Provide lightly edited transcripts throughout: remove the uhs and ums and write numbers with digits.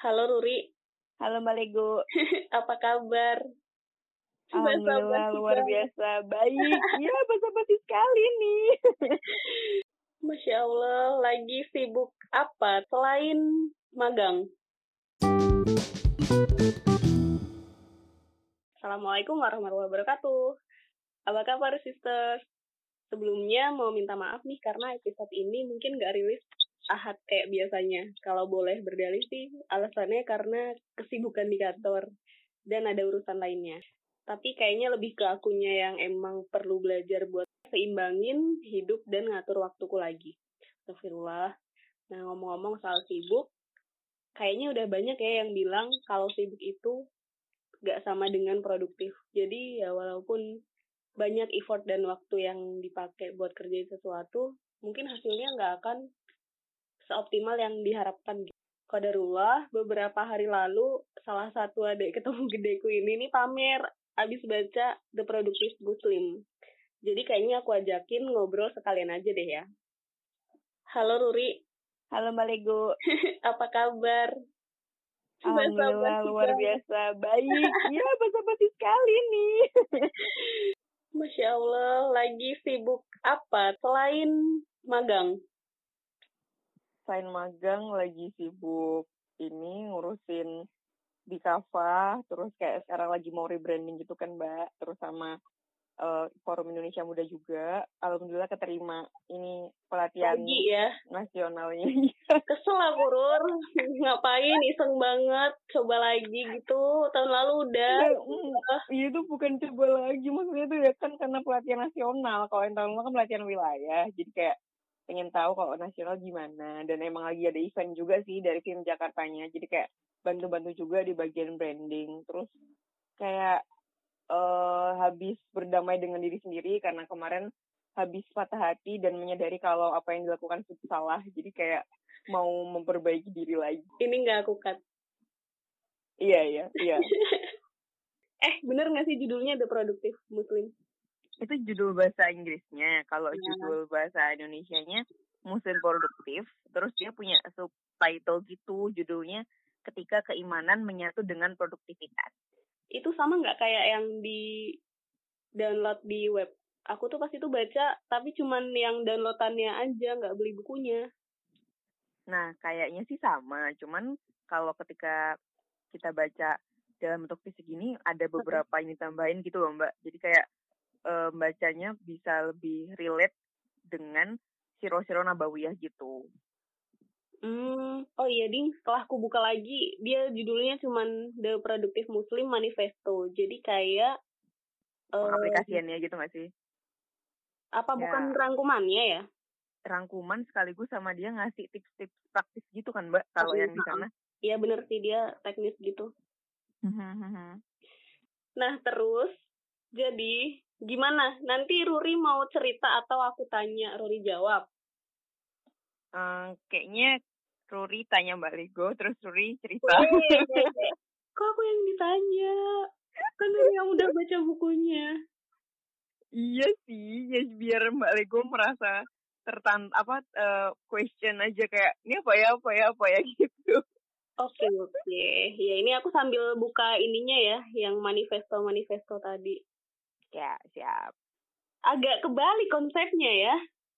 Halo Ruri, Halo Mbak Lego. apa kabar? Alhamdulillah luar biasa baik. Ya basa-basi sekali nih. Masya Allah, lagi sibuk apa selain magang? Assalamualaikum warahmatullahi wabarakatuh. Apa kabar sisters? Sebelumnya mau minta maaf nih karena episode ini mungkin gak rilis Ahad kayak biasanya. Kalau boleh berdalih sih, alasannya karena kesibukan di kantor dan ada urusan lainnya. Tapi kayaknya lebih ke akunya yang emang perlu belajar buat seimbangin hidup dan ngatur waktuku lagi. Astagfirullah. Nah, ngomong-ngomong soal sibuk, kayaknya udah banyak ya yang bilang kalau sibuk itu gak sama dengan produktif. Jadi ya walaupun banyak effort dan waktu yang dipakai buat kerjain sesuatu, mungkin hasilnya nggak akan seoptimal yang diharapkan. Qadarullah, beberapa hari lalu salah satu adik ketemu gedeku ini nih pamer abis baca The Productive Muslim. Jadi kayaknya aku ajakin ngobrol sekalian aja deh ya. Halo Ruri. Halo Mbak Lego. Apa kabar? Alhamdulillah luar biasa baik. Ya basa-basi sekali nih. Masya Allah, lagi sibuk apa selain magang? Selain magang lagi sibuk ini ngurusin di Kava, terus kayak sekarang lagi mau rebranding gitu kan Mbak, terus sama Forum Indonesia Muda juga. Alhamdulillah keterima ini pelatihan lagi ya nasionalnya. Kesel aku Rur, ngapain iseng banget, coba lagi gitu, tahun lalu udah. Iya itu bukan coba lagi, maksudnya tuh ya kan karena pelatihan nasional. Kalau yang tahun lalu kan pelatihan wilayah, jadi kayak pengen tahu kalau nasional gimana. Dan emang lagi ada event juga sih dari tim Jakartanya, jadi kayak bantu-bantu juga di bagian branding. Terus kayak habis berdamai dengan diri sendiri karena kemarin habis patah hati dan menyadari kalau apa yang dilakukan itu salah. Jadi kayak mau memperbaiki diri lagi. Ini nggak aku cut. Iya. Bener nggak sih judulnya The Productive Muslim? Itu judul bahasa Inggrisnya. Kalau judul bahasa Indonesianya Muslim Produktif. Terus dia punya subtitle gitu, judulnya Ketika Keimanan Menyatu dengan Produktivitas. Itu sama nggak kayak yang di download di web? Aku tuh pas itu baca, tapi cuman yang downloadannya aja, nggak beli bukunya. Nah, kayaknya sih sama. Cuman kalau ketika kita baca dalam bentuk fisik ini, ada beberapa ini tambahin gitu loh, Mbak. Jadi kayak bacanya bisa lebih relate dengan siro-siro nabawiyah gitu. Oh iya Ding, setelah aku buka lagi, dia judulnya cuman The Productive Muslim Manifesto. Jadi kayak aplikasiannya gitu nggak sih? Apa bukan rangkumannya ya? Rangkuman sekaligus sama dia ngasih tips-tips praktis gitu kan Mbak, kalau yang di sana. Iya bener sih, dia teknis gitu. Nah terus, jadi gimana? Nanti Ruri mau cerita atau aku tanya, Ruri jawab? Kayaknya Ruri tanya Mbak Lego, terus Ruri cerita. Kok aku yang ditanya? Kan Ruri yang udah baca bukunya. Iya sih, ya biar Mbak Lego merasa question aja kayak ini apa ya gitu. Oke. Ya ini aku sambil buka ininya ya, yang manifesto tadi. Ya, siap. Agak kebalik konsepnya ya.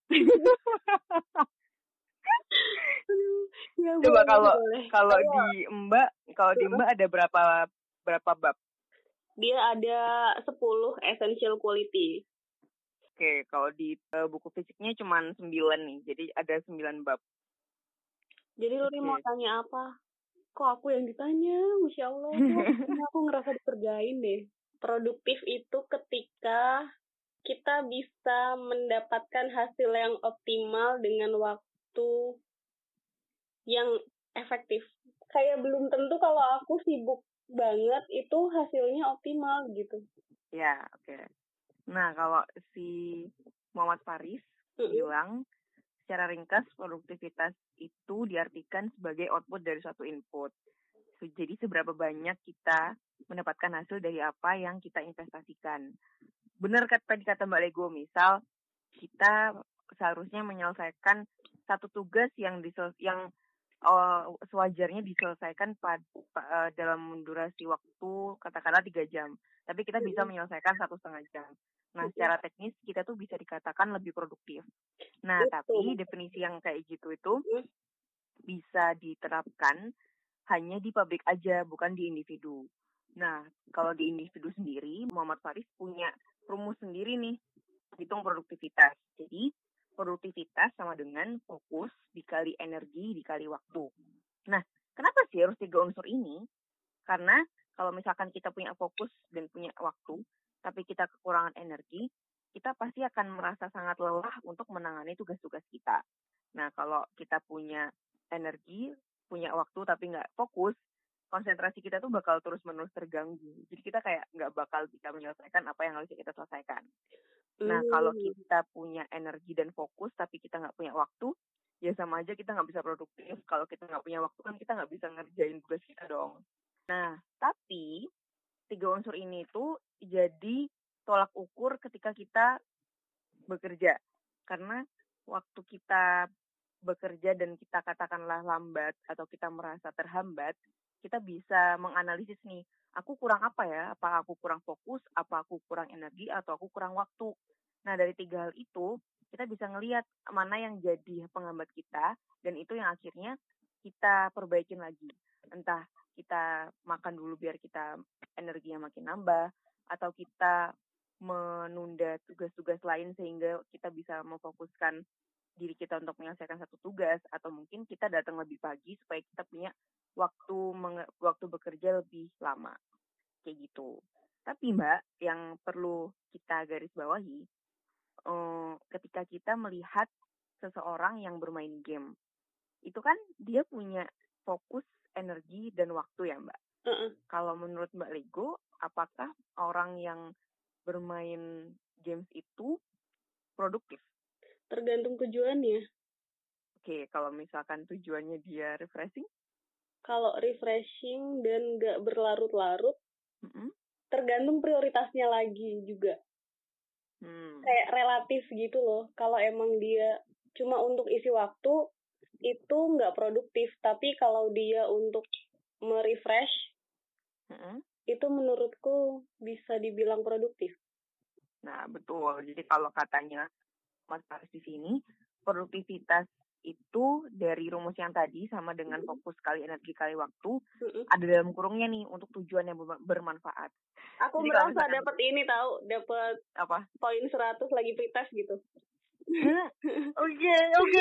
Coba kalau di Mbak ada berapa bab? Dia ada 10 essential quality. Oke, kalau di buku fisiknya cuma 9 nih, jadi ada 9 bab. Jadi Ruri mau tanya apa? Kok aku yang ditanya? Masya Allah, aku ngerasa dikerjain deh. Produktif itu ketika kita bisa mendapatkan hasil yang optimal dengan waktu yang efektif. Kayak belum tentu kalau aku sibuk banget itu hasilnya optimal gitu. Ya, oke. Nah, kalau si Muhammad Faris bilang secara ringkas produktivitas itu diartikan sebagai output dari suatu input. Jadi seberapa banyak kita mendapatkan hasil dari apa yang kita investasikan. Benar tadi kata Mbak Lego, misal kita seharusnya menyelesaikan satu tugas yang sewajarnya diselesaikan dalam durasi waktu katakanlah 3 jam. Tapi kita bisa menyelesaikan 1,5 jam. Nah, secara teknis kita tuh bisa dikatakan lebih produktif. Nah, tapi definisi yang kayak gitu itu bisa diterapkan hanya di pabrik aja, bukan di individu. Nah, kalau di individu sendiri, Muhammad Faris punya rumus sendiri nih, hitung produktivitas. Jadi, produktivitas sama dengan fokus dikali energi dikali waktu. Nah, kenapa sih harus 3 unsur ini? Karena kalau misalkan kita punya fokus dan punya waktu, tapi kita kekurangan energi, kita pasti akan merasa sangat lelah untuk menangani tugas-tugas kita. Nah, kalau kita punya energi, punya waktu tapi nggak fokus, konsentrasi kita tuh bakal terus-menerus terganggu. Jadi kita kayak nggak bakal bisa menyelesaikan apa yang harus kita selesaikan. Nah, kalau kita punya energi dan fokus tapi kita nggak punya waktu, ya sama aja kita nggak bisa produktif. Kalau kita nggak punya waktu kan kita nggak bisa ngerjain tugas kita dong. Nah, tapi 3 unsur ini tuh jadi tolak ukur ketika kita bekerja. Karena waktu kita bekerja dan kita katakanlah lambat atau kita merasa terhambat, kita bisa menganalisis nih, aku kurang apa ya? Apa aku kurang fokus, apa aku kurang energi, atau aku kurang waktu. Nah, dari 3 hal itu, kita bisa ngelihat mana yang jadi penghambat kita, dan itu yang akhirnya kita perbaikin lagi. Entah kita makan dulu biar kita energinya makin nambah, atau kita menunda tugas-tugas lain sehingga kita bisa memfokuskan diri kita untuk menyelesaikan satu tugas, atau mungkin kita datang lebih pagi supaya kita punya waktu bekerja lebih lama, kayak gitu. Tapi Mbak, yang perlu kita garis bawahi, ketika kita melihat seseorang yang bermain game, itu kan dia punya fokus, energi, dan waktu ya Mbak. Kalau menurut Mbak Lego, apakah orang yang bermain games itu produktif? Tergantung tujuannya. Oke, kalau misalkan tujuannya dia refreshing? Kalau refreshing dan nggak berlarut-larut, tergantung prioritasnya lagi juga. Kayak relatif gitu loh. Kalau emang dia cuma untuk isi waktu, itu nggak produktif. Tapi kalau dia untuk merefresh, itu menurutku bisa dibilang produktif. Nah, betul. Jadi kalau katanya Mas Faris di sini, produktivitas itu dari rumus yang tadi sama dengan fokus kali energi kali waktu, ada dalam kurungnya nih untuk tujuan yang bermanfaat. Aku jadi merasa dapat ini tahu, dapat apa? Poin 100 lagi pretest gitu. Oke.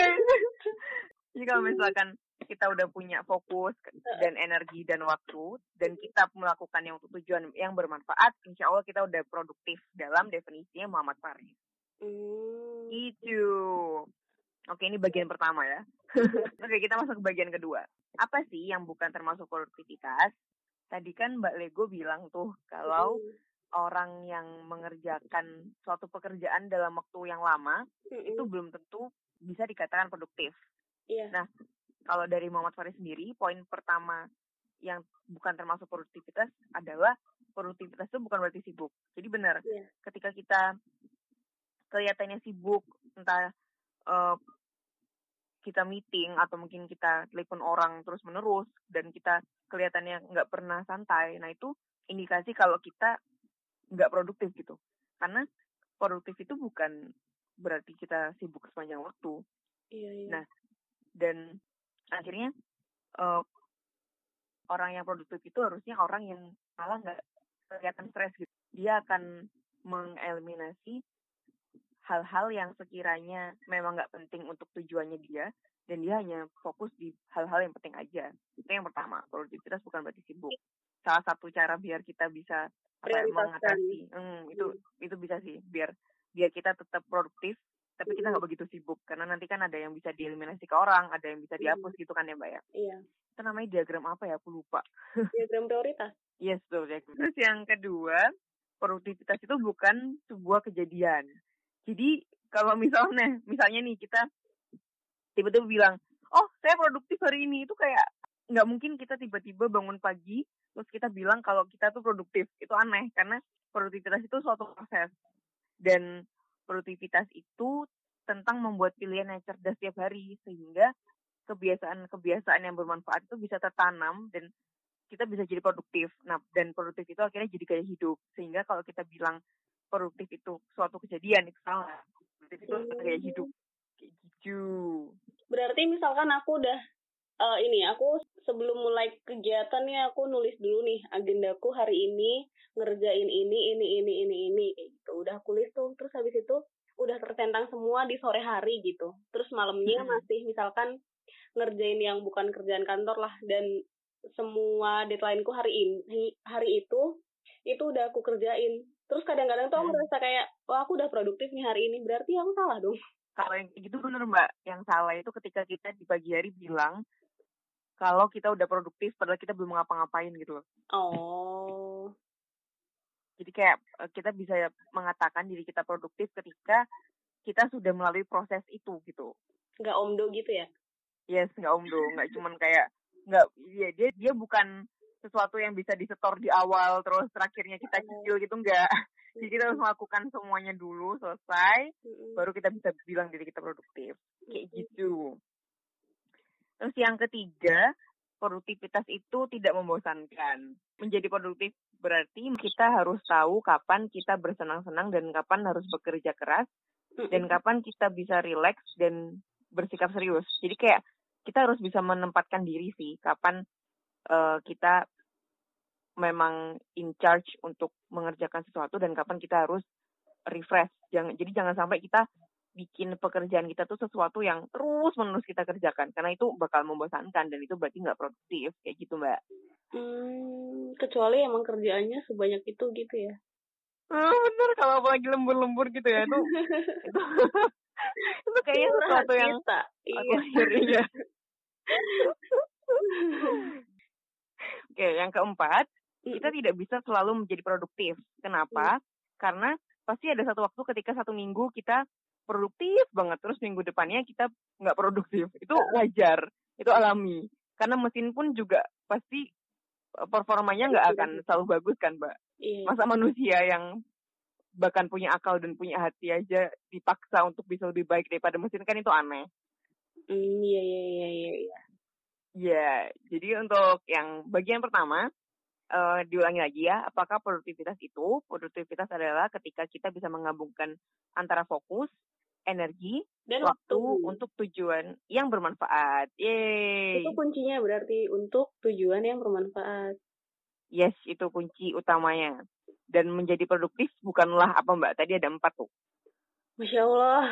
Jadi kalau misalkan kita udah punya fokus dan energi dan waktu, dan kita melakukannya untuk tujuan yang bermanfaat, insya Allah kita udah produktif dalam definisinya Muhammad Faris. Gitu. Oke, ini bagian pertama ya. Oke, kita masuk ke bagian kedua. Apa sih yang bukan termasuk produktivitas? Tadi kan Mbak Lego bilang tuh, kalau orang yang mengerjakan suatu pekerjaan dalam waktu yang lama, itu belum tentu bisa dikatakan produktif. Nah, kalau dari Muhammad Faris sendiri, poin pertama yang bukan termasuk produktivitas adalah produktivitas itu bukan berarti sibuk. Jadi benar, ketika kita kelihatannya sibuk, entah kita meeting atau mungkin kita telepon orang terus-menerus dan kita kelihatannya nggak pernah santai, nah itu indikasi kalau kita nggak produktif gitu. Karena produktif itu bukan berarti kita sibuk sepanjang waktu. Nah, dan akhirnya orang yang produktif itu harusnya orang yang malah nggak kelihatan stres gitu. Dia akan mengeliminasi hal-hal yang sekiranya memang nggak penting untuk tujuannya dia, dan dia hanya fokus di hal-hal yang penting aja. Itu yang pertama, produktivitas bukan berarti sibuk. Salah satu cara biar kita bisa mengatasi, itu bisa sih, biar kita tetap produktif, tapi kita nggak begitu sibuk. Karena nanti kan ada yang bisa dieliminasi ke orang, ada yang bisa dihapus gitu kan ya Mbak ya? Iya. Itu namanya diagram apa ya? Aku lupa. Diagram prioritas. Yes, betul. Terus yang kedua, produktivitas itu bukan sebuah kejadian. Jadi kalau misalnya nih kita tiba-tiba bilang, oh saya produktif hari ini, itu kayak nggak mungkin kita tiba-tiba bangun pagi terus kita bilang kalau kita tuh produktif. Itu aneh, karena produktivitas itu suatu proses, dan produktivitas itu tentang membuat pilihan yang cerdas setiap hari, sehingga kebiasaan-kebiasaan yang bermanfaat itu bisa tertanam dan kita bisa jadi produktif. Nah, dan produktif itu akhirnya jadi gaya hidup. Sehingga kalau kita bilang produktif itu suatu kejadian, itu salah. Produktif itu gaya hidup. Kayak gitu. Berarti misalkan aku udah aku sebelum mulai kegiatan nih aku nulis dulu nih agendaku hari ini ngerjain ini kayak gitu. Udah aku list tuh, terus habis itu udah tercentang semua di sore hari gitu. Terus malamnya masih misalkan ngerjain yang bukan kerjaan kantor lah, dan semua deadline-ku hari itu udah aku kerjain. Terus kadang-kadang tuh aku merasa kayak, wah aku udah produktif nih hari ini, berarti aku salah dong. Kalau yang gitu bener Mbak, yang salah itu ketika kita di pagi hari bilang kalau kita udah produktif padahal kita belum ngapa-ngapain gitu loh. Oh. Jadi kayak kita bisa mengatakan diri kita produktif ketika kita sudah melalui proses itu gitu. Nggak omdo gitu ya? Yes, nggak omdo, nggak cuman kayak nggak, ya dia bukan sesuatu yang bisa disetor di awal terus terakhirnya kita cicil gitu, enggak. Jadi kita harus melakukan semuanya dulu selesai, baru kita bisa bilang diri kita produktif. Kayak gitu. Terus yang ketiga, produktivitas itu tidak membosankan. Menjadi produktif berarti kita harus tahu kapan kita bersenang-senang dan kapan harus bekerja keras dan kapan kita bisa rileks dan bersikap serius. Jadi kayak kita harus bisa menempatkan diri sih kapan kita memang in charge untuk mengerjakan sesuatu dan kapan kita harus refresh. Jadi jangan sampai kita bikin pekerjaan kita tuh sesuatu yang terus-menerus kita kerjakan. Karena itu bakal membosankan dan itu berarti nggak produktif. Kayak gitu, Mbak. Kecuali emang kerjaannya sebanyak itu gitu ya. Bener, kalau apalagi lembur-lembur gitu ya. Itu kayaknya sesuatu yang aku ya. Oke, yang keempat, kita tidak bisa selalu menjadi produktif. Kenapa? Karena pasti ada satu waktu ketika satu minggu kita produktif banget, terus minggu depannya kita nggak produktif. Itu wajar, itu alami. Karena mesin pun juga pasti performanya nggak akan selalu bagus kan, Mbak? Masa manusia yang bahkan punya akal dan punya hati aja dipaksa untuk bisa lebih baik daripada mesin, kan itu aneh. Iya. Ya, jadi untuk yang bagian pertama, diulangi lagi ya, apakah produktivitas adalah ketika kita bisa menggabungkan antara fokus, energi, dan waktu untuk tujuan yang bermanfaat. Yeay. Itu kuncinya berarti untuk tujuan yang bermanfaat. Yes, itu kunci utamanya. Dan menjadi produktif bukanlah apa Mbak, tadi ada 4 tuh. Masya Allah.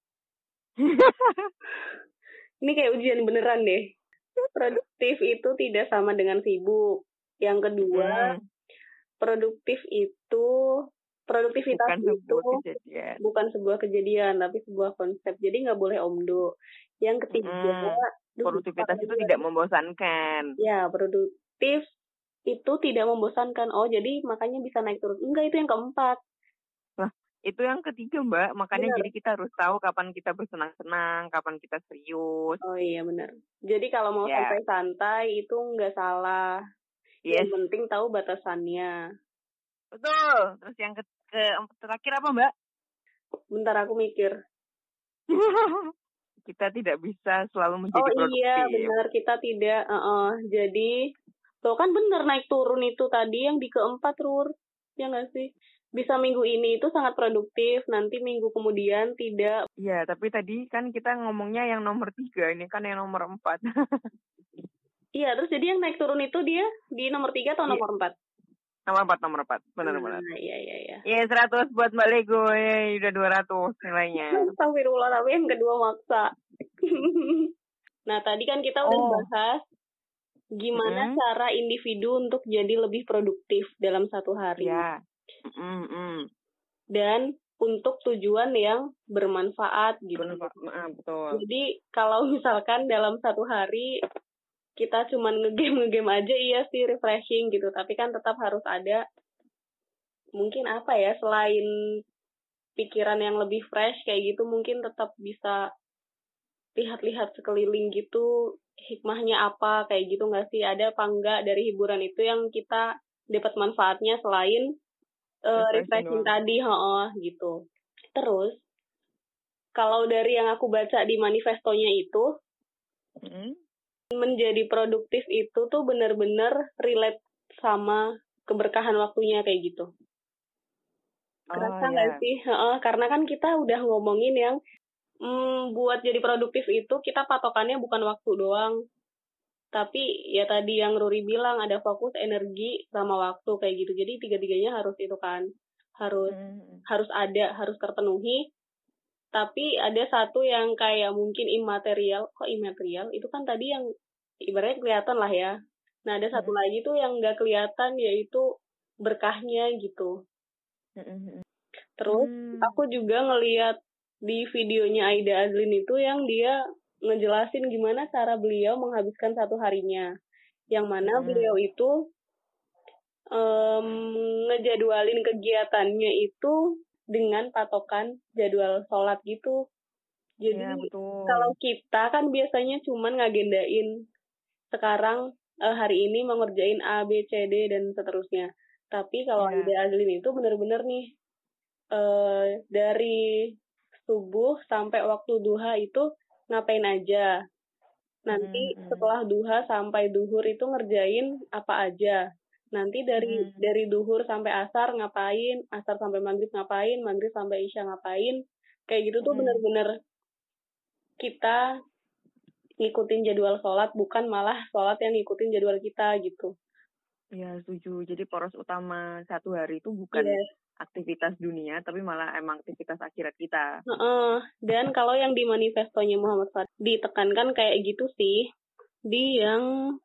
Ini kayak ujian beneran deh. Produktif itu tidak sama dengan sibuk. Yang kedua, produktivitas bukan sebuah kejadian, tapi sebuah konsep. Jadi nggak boleh omdo. Yang ketiga, produktivitas itu tidak membosankan. Ya, produktif itu tidak membosankan. Oh, jadi makanya bisa naik turun. Enggak, itu yang keempat. Nah, itu yang ketiga, Mbak. Makanya benar. Jadi kita harus tahu kapan kita bersenang-senang, kapan kita serius. Oh iya, benar. Jadi kalau mau santai-santai itu nggak salah. Yes. Yang penting tahu batasannya. Betul. Terus yang terakhir apa, Mbak? Bentar, aku mikir. Kita tidak bisa selalu menjadi produktif. Oh iya, benar. Kita tidak. Jadi, tuh kan benar naik turun itu tadi yang di keempat, Rur. Ya nggak sih? Bisa minggu ini itu sangat produktif, nanti minggu kemudian tidak. Iya, tapi tadi kan kita ngomongnya yang nomor 3, ini kan yang nomor 4. Iya, terus jadi yang naik turun itu dia di nomor 3 atau nomor 4? Nomor 4. Benar-benar. Iya. Iya, 100 buat Mbak Lego. Udah 200 nilainya. Astagfirullah, tapi yang kedua maksa. Nah, tadi kan kita udah bahas gimana cara individu untuk jadi lebih produktif dalam satu hari. Iya. Dan untuk tujuan yang bermanfaat gitu. Betul. Jadi kalau misalkan dalam satu hari kita cuman ngegame aja, iya sih refreshing gitu, tapi kan tetap harus ada mungkin apa ya, selain pikiran yang lebih fresh kayak gitu, mungkin tetap bisa lihat-lihat sekeliling gitu, hikmahnya apa kayak gitu nggak sih? Ada apa enggak dari hiburan itu yang kita dapat manfaatnya selain refreshing tadi, gitu. Terus kalau dari yang aku baca di manifestonya itu, Menjadi produktif itu tuh benar-benar relate sama keberkahan waktunya kayak gitu. Kerasa nggak sih? Karena kan kita udah ngomongin yang buat jadi produktif itu kita patokannya bukan waktu doang. Tapi ya tadi yang Ruri bilang ada fokus, energi, sama waktu kayak gitu. Jadi tiga-tiganya harus itu kan. Harus ada, harus terpenuhi. Tapi ada satu yang kayak mungkin imaterial. Kok imaterial? Itu kan tadi yang ibaratnya kelihatan lah ya. Nah ada satu lagi tuh yang nggak kelihatan, yaitu berkahnya gitu. Terus aku juga ngeliat di videonya Aida Azlin itu yang dia ngejelasin gimana cara beliau menghabiskan satu harinya. Yang mana beliau itu ngejadwalin kegiatannya itu dengan patokan jadwal sholat gitu. Jadi kalau kita kan biasanya cuman ngagendain sekarang hari ini mau ngerjain A, B, C, D, dan seterusnya. Tapi kalau Aida Azlin itu bener-bener nih dari subuh sampai waktu duha itu ngapain aja. Nanti setelah duha sampai duhur itu ngerjain apa aja. Nanti dari duhur sampai asar ngapain, asar sampai maghrib ngapain, maghrib sampai isya ngapain. Kayak gitu tuh bener-bener kita ngikutin jadwal sholat, bukan malah sholat yang ngikutin jadwal kita gitu. Ya, setuju. Jadi poros utama satu hari itu bukan aktivitas dunia, tapi malah emang aktivitas akhirat kita. Dan kalau yang di manifestonya Muhammad Fatih ditekankan kayak gitu sih, di yang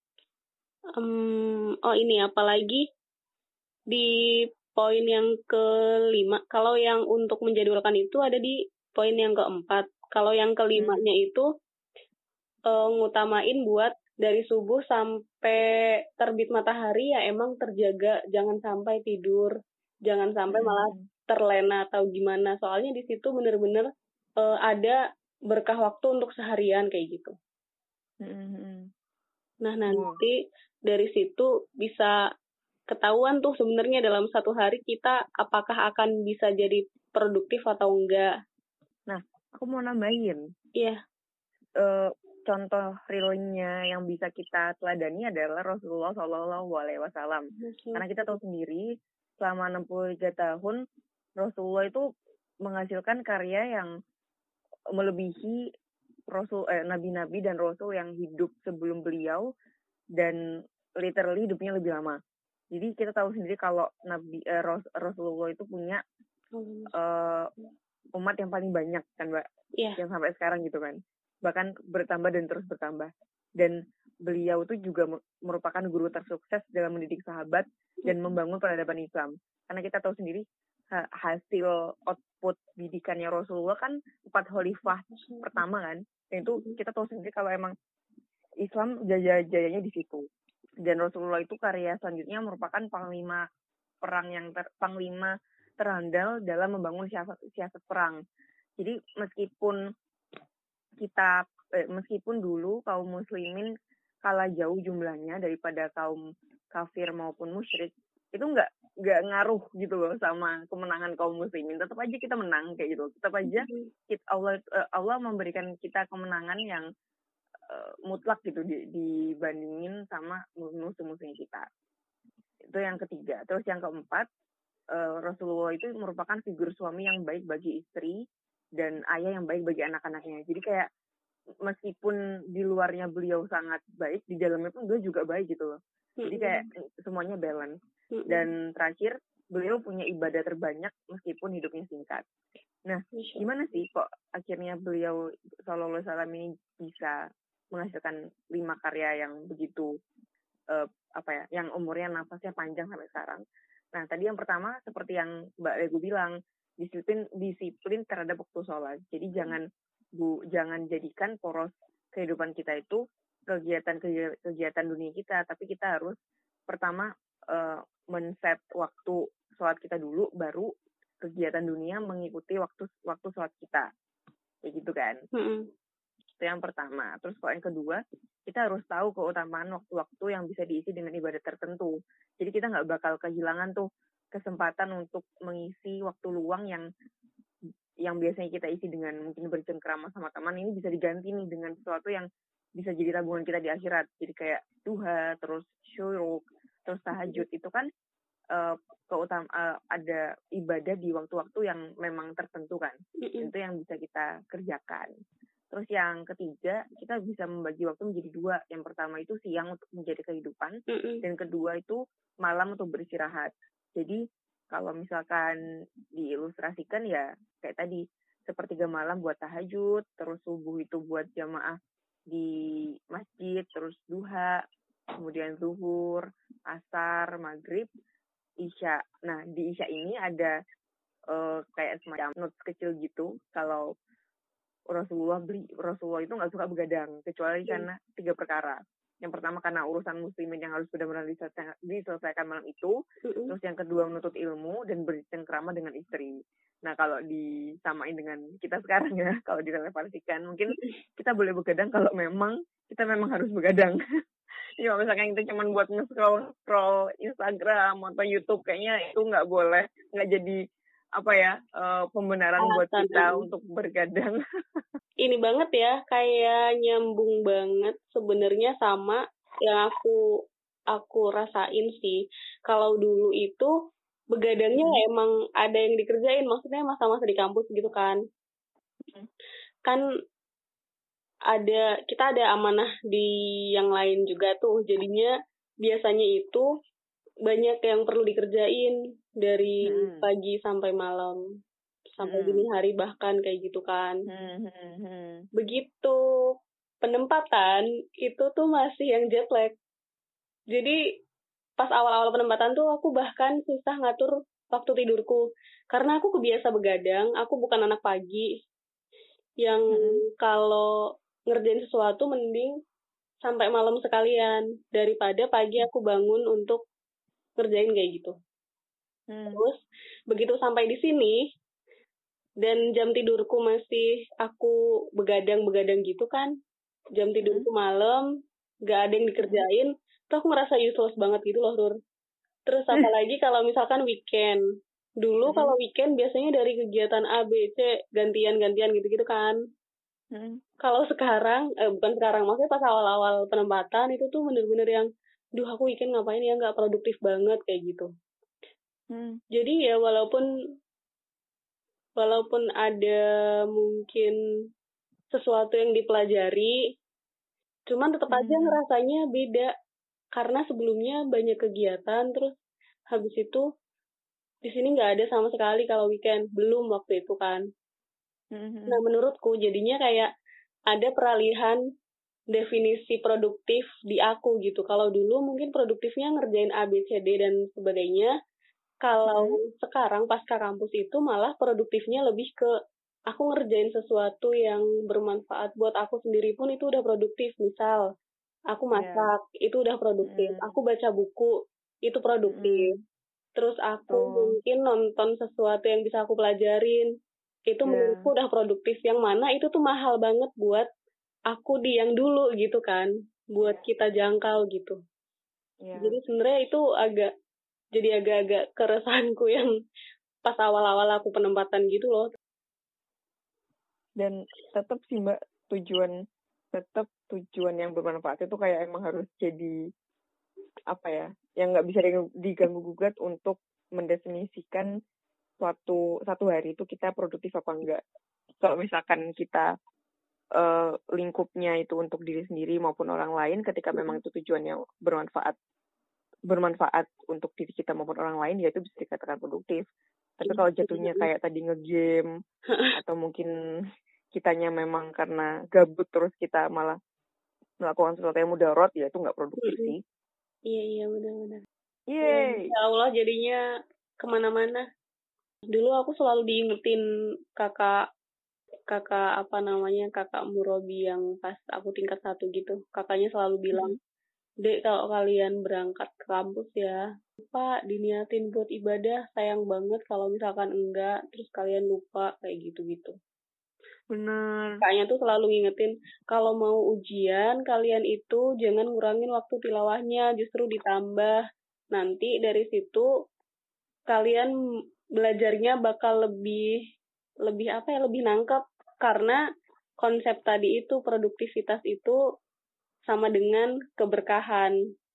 ini apalagi di poin yang kelima. Kalau yang untuk menjadwalkan itu ada di poin yang keempat. Kalau yang kelimanya itu ngutamain buat dari subuh sampai terbit matahari ya emang terjaga, jangan sampai tidur, jangan sampai malah terlena atau gimana. Soalnya di situ bener-bener ada berkah waktu untuk seharian kayak gitu. Nah nanti dari situ bisa ketahuan tuh sebenarnya dalam satu hari kita apakah akan bisa jadi produktif atau enggak. Nah, aku mau nambahin. Iya. Contoh realnya yang bisa kita teladani adalah Rasulullah SAW. Karena kita tahu sendiri, selama 63 tahun, Rasulullah itu menghasilkan karya yang melebihi nabi-nabi dan rasul yang hidup sebelum beliau, dan literally hidupnya lebih lama. Jadi kita tahu sendiri kalau Rasulullah itu punya umat yang paling banyak kan, Mbak? Yang sampai sekarang gitu kan. Bahkan bertambah dan terus bertambah. Dan beliau itu juga merupakan guru tersukses dalam mendidik sahabat dan membangun peradaban Islam. Karena kita tahu sendiri hasil output didikannya Rasulullah kan 4 khalifah pertama kan. Dan itu kita tahu sendiri kalau emang Islam jaya-jayanya di situ. Dan Rasulullah itu karya selanjutnya merupakan panglima panglima terandal dalam membangun siasat perang. Jadi meskipun dulu kaum muslimin kalah jauh jumlahnya daripada kaum kafir maupun musyrik, itu nggak ngaruh gitu loh sama kemenangan kaum muslimin. Tetap aja kita menang kayak gitu. Tetap aja Allah memberikan kita kemenangan yang mutlak gitu dibandingin sama musuh-musuhnya kita. Itu yang ketiga. Terus yang keempat, Rasulullah itu merupakan figur suami yang baik bagi istri dan ayah yang baik bagi anak-anaknya. Jadi kayak meskipun di luarnya beliau sangat baik, di dalamnya pun beliau juga baik gitu loh. Jadi kayak semuanya balance. Dan terakhir, beliau punya ibadah terbanyak meskipun hidupnya singkat. Nah, gimana sih kok akhirnya beliau Sallallahu Alaihi Wasallam ini bisa menghasilkan 5 karya yang begitu yang umurnya nafasnya panjang sampai sekarang. Nah, tadi yang pertama seperti yang Mbak Regu bilang, disiplin terhadap waktu sholat. Jadi jangan jadikan poros kehidupan kita itu kegiatan dunia kita, tapi kita harus pertama men-set waktu sholat kita dulu, baru kegiatan dunia mengikuti waktu sholat kita. Kayak gitu kan. Itu yang pertama. Terus kalau yang kedua, kita harus tahu keutamaan waktu-waktu yang bisa diisi dengan ibadah tertentu. Jadi kita nggak bakal kehilangan tuh kesempatan untuk mengisi waktu luang yang biasanya kita isi dengan mungkin bercengkrama sama teman, ini bisa diganti nih dengan sesuatu yang bisa jadi tabungan kita di akhirat. Jadi kayak duha, terus syuruk, terus tahajud itu kan ada ibadah di waktu-waktu yang memang tertentu kan. Itu yang bisa kita kerjakan. Terus yang ketiga, kita bisa membagi waktu menjadi dua. Yang pertama itu siang untuk menjadi kehidupan, dan kedua itu malam untuk beristirahat. Jadi kalau misalkan diilustrasikan ya kayak tadi, sepertiga malam buat tahajud, terus subuh itu buat jamaah di masjid, terus duha, kemudian zuhur, asar, maghrib, isya. Nah, di isya ini ada kayak semacam notes kecil gitu. Kalau Rasulullah itu nggak suka begadang, kecuali karena 3 perkara. Yang pertama karena urusan muslimin yang harus benar-benar diselesaikan malam itu. Terus yang kedua menuntut ilmu dan bercengkrama dengan istri. Nah, kalau disamain dengan kita sekarang ya, kalau direlevansikan, mungkin kita boleh begadang kalau kita memang harus begadang. Ya, misalkan kita cuma buat nge-scroll Instagram atau YouTube, kayaknya itu nggak boleh, nggak jadi pembenaran buat kita untuk bergadang. Ini banget ya, kayak nyambung banget sebenarnya sama yang aku rasain sih. Kalau dulu itu begadangnya emang ada yang dikerjain, maksudnya masa-masa di kampus gitu kan. Kan kita ada amanah di yang lain juga tuh, jadinya biasanya itu banyak yang perlu dikerjain dari pagi sampai malam, sampai dini hari bahkan kayak gitu kan. Begitu penempatan itu tuh masih yang jet lag. Jadi pas awal-awal penempatan tuh aku bahkan susah ngatur waktu tidurku karena aku kebiasa begadang. Aku bukan anak pagi yang kalau ngerjain sesuatu mending sampai malam sekalian daripada pagi aku bangun untuk ngerjain kayak gitu. Terus begitu sampai di sini dan jam tidurku masih aku begadang gitu kan, jam tidurku malam, gak ada yang dikerjain, tuh aku ngerasa useless banget gitu loh, Tur. Terus apalagi kalau misalkan weekend. Dulu kalau weekend biasanya dari kegiatan A, B, C, gantian-gantian gitu-gitu kan. Kalau sekarang, bukan sekarang, maksudnya pas awal-awal penempatan itu tuh bener-bener yang, duh aku weekend ngapain ya, gak produktif banget kayak gitu. Jadi ya walaupun ada mungkin sesuatu yang dipelajari, cuman tetap aja ngerasanya beda. Karena sebelumnya banyak kegiatan, terus habis itu di sini nggak ada sama sekali kalau weekend. Belum waktu itu kan. Nah, menurutku jadinya kayak ada peralihan definisi produktif di aku gitu. Kalau dulu mungkin produktifnya ngerjain A, B, C, D, dan sebagainya. Kalau sekarang pasca kampus itu malah produktifnya lebih ke aku ngerjain sesuatu yang bermanfaat buat aku sendiri pun itu udah produktif. Misal, aku masak, itu udah produktif. Aku baca buku, itu produktif. Terus aku mungkin nonton sesuatu yang bisa aku pelajarin, itu menurutku udah produktif. Yang mana itu tuh mahal banget buat aku di yang dulu gitu kan, buat kita jangkau gitu. Jadi sebenarnya itu agak-agak keresahanku yang pas awal-awal aku penempatan gitu loh. Dan tetap sih Mbak, tujuan yang bermanfaat itu kayak emang harus jadi yang nggak bisa diganggu gugat untuk mendefinisikan satu hari itu kita produktif apa enggak. Kalau misalkan kita lingkupnya itu untuk diri sendiri maupun orang lain, ketika memang itu tujuannya bermanfaat untuk diri kita maupun orang lain, ya itu bisa dikatakan produktif. Tapi kalau jatuhnya kayak tadi ngegame atau mungkin kitanya memang karena gabut terus kita malah melakukan sesuatu yang mudarat, ya itu nggak produktif sih. Iya benar-benar. Yeay. Ya Allah, jadinya kemana-mana. Dulu aku selalu diingetin kakak Murobi yang pas aku tingkat 1 gitu. Kakaknya selalu bilang, Dek, kalau kalian berangkat ke kampus ya, lupa diniatin buat ibadah, sayang banget kalau misalkan enggak, terus kalian lupa, kayak gitu-gitu. Benar. Kakaknya tuh selalu ngingetin, kalau mau ujian, kalian itu jangan ngurangin waktu tilawahnya, justru ditambah. Nanti dari situ, kalian belajarnya bakal lebih nangkep, karena konsep tadi itu, produktivitas itu sama dengan keberkahan.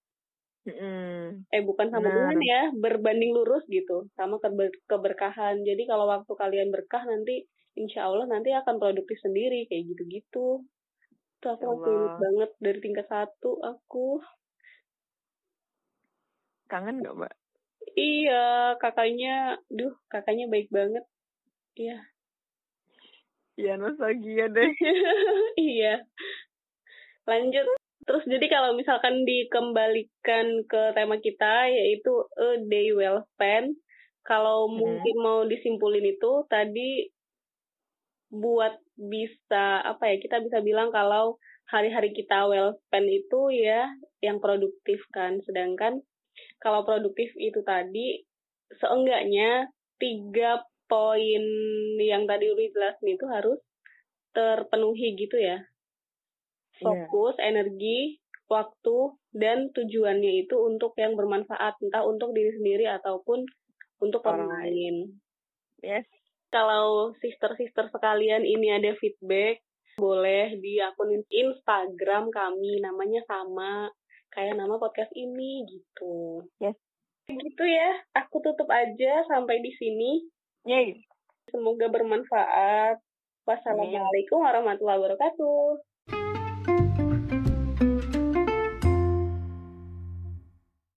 Bukan sama dengan ya, berbanding lurus gitu sama keberkahan. Jadi kalau waktu kalian berkah nanti insya Allah nanti akan produktif sendiri kayak gitu-gitu. Itu aku ingat banget dari tingkat 1 aku. Kangen gak, Mbak? Iya, kakaknya baik banget. Iya. Iya, nostalgia deh. Iya. Lanjut. Terus jadi kalau misalkan dikembalikan ke tema kita yaitu a day well spent, kalau mungkin mau disimpulin itu tadi buat bisa kita bisa bilang kalau hari-hari kita well spent itu ya yang produktif kan. Sedangkan kalau produktif itu tadi seenggaknya 3 poin yang tadi udah jelasin itu harus terpenuhi gitu ya. Fokus, energi, waktu, dan tujuannya itu untuk yang bermanfaat, entah untuk diri sendiri ataupun untuk orang lain. Yes. Kalau sister-sister sekalian ini ada feedback, boleh di akun Instagram kami, namanya sama kayak nama podcast ini gitu. Yes. Gitu ya, aku tutup aja sampai di sini. Yay. Semoga bermanfaat. Wassalamualaikum warahmatullahi wabarakatuh.